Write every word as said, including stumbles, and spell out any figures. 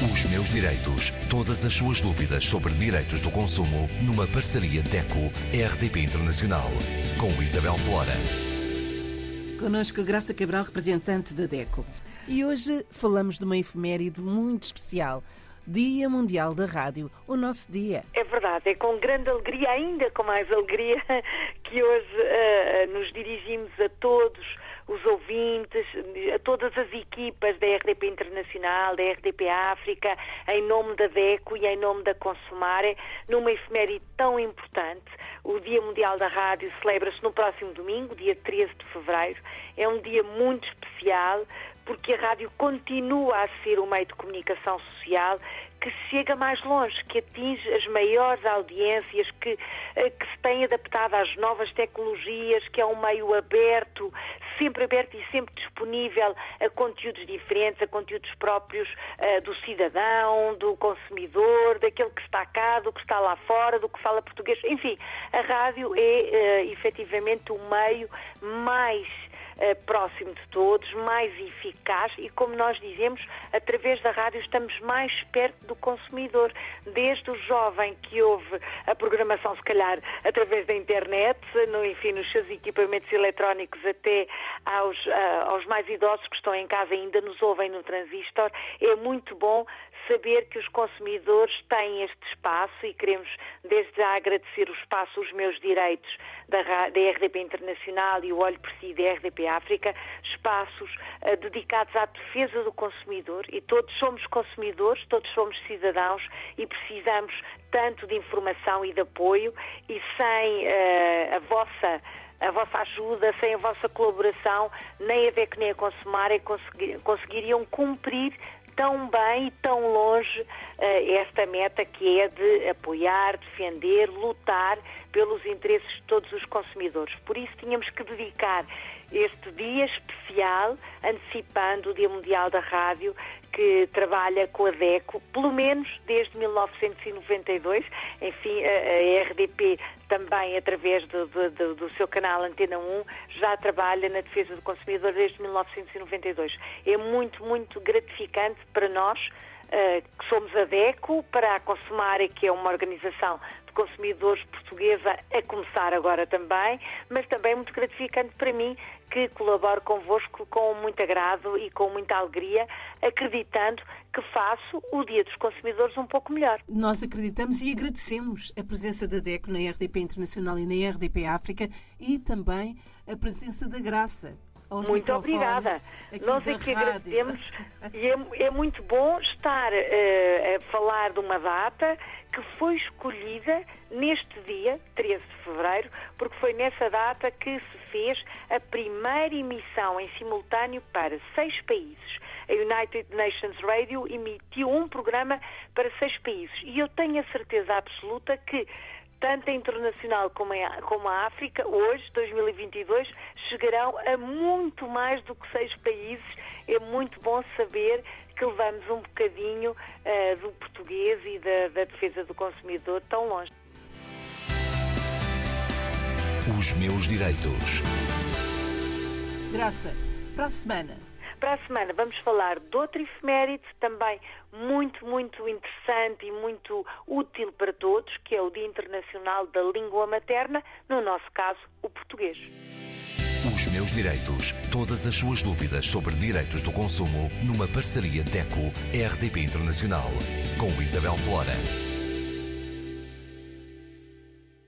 Os Meus Direitos. Todas as suas dúvidas sobre direitos do consumo numa parceria D E C O-R D P Internacional. Com Isabel Flora. Connosco Graça Cabral, representante da D E C O. E hoje falamos de uma efeméride muito especial. Dia Mundial da Rádio, o nosso dia. É verdade, é com grande alegria, ainda com mais alegria, que hoje uh, nos dirigimos a todos os ouvintes, a todas as equipas da R D P Internacional, da R D P África, em nome da D E C O e em nome da Consumare, numa efeméride tão importante. O Dia Mundial da Rádio celebra-se no próximo domingo, dia treze de fevereiro. É um dia muito especial, porque a rádio continua a ser um meio de comunicação social que chega mais longe, que atinge as maiores audiências, que, que se tem adaptado às novas tecnologias, que é um meio aberto, sempre aberto e sempre disponível a conteúdos diferentes, a conteúdos próprios uh, do cidadão, do consumidor, daquele que está cá, do que está lá fora, do que fala português. Enfim, a rádio é uh, efetivamente o meio mais Uh, próximo de todos, mais eficaz e, como nós dizemos, através da rádio estamos mais perto do consumidor, desde o jovem que ouve a programação, se calhar, através da internet, no, enfim, nos seus equipamentos eletrónicos, até aos, uh, aos mais idosos que estão em casa e ainda nos ouvem no transistor. É muito bom saber que os consumidores têm este espaço e queremos desde já agradecer o espaço Os Meus Direitos da, da R D P Internacional e o Olho por Si da R D P África, espaços uh, dedicados à defesa do consumidor, e todos somos consumidores, todos somos cidadãos e precisamos tanto de informação e de apoio, e sem uh, a vossa a vossa ajuda, sem a vossa colaboração, nem a D E C O nem a Consumare conseguir, conseguiriam cumprir tão bem e tão longe uh, esta meta, que é de apoiar, defender, lutar pelos interesses de todos os consumidores. Por isso tínhamos que dedicar este dia especial, antecipando o Dia Mundial da Rádio, que trabalha com a D E C O, pelo menos desde mil novecentos e noventa e dois. Enfim, a, a R D P também, através do, do, do seu canal Antena um, já trabalha na defesa do consumidor desde mil novecentos e noventa e dois. É muito, muito gratificante para nós, uh, que somos a D E C O, para a Consumare, que é uma organização de consumidores portuguesa, a começar agora também, mas também muito gratificante para mim, que colaboro convosco com muito agrado e com muita alegria, acreditando que faço o Dia dos Consumidores um pouco melhor. Nós acreditamos e agradecemos a presença da D E C O na R D P Internacional e na R D P África, e também a presença da Graça. Muito obrigada. Nós é que agradecemos, e é, é muito bom estar uh, a falar de uma data que foi escolhida neste dia, treze de fevereiro, porque foi nessa data que se fez a primeira emissão em simultâneo para seis países. A United Nations Radio emitiu um programa para seis países, e eu tenho a certeza absoluta que tanto a Internacional como a, como a África, hoje, dois mil e vinte e dois, chegarão a muito mais do que seis países. É muito bom saber que levamos um bocadinho uh, do português e da, da defesa do consumidor tão longe. Os Meus Direitos. Graça, para a semana. Para a semana vamos falar de outra efeméride também muito, muito interessante e muito útil para todos, que é o Dia Internacional da Língua Materna, no nosso caso, o português. Os Meus Direitos. Todas as suas dúvidas sobre direitos do consumo numa parceria D E C O-R D P Internacional. Com Isabel Flora.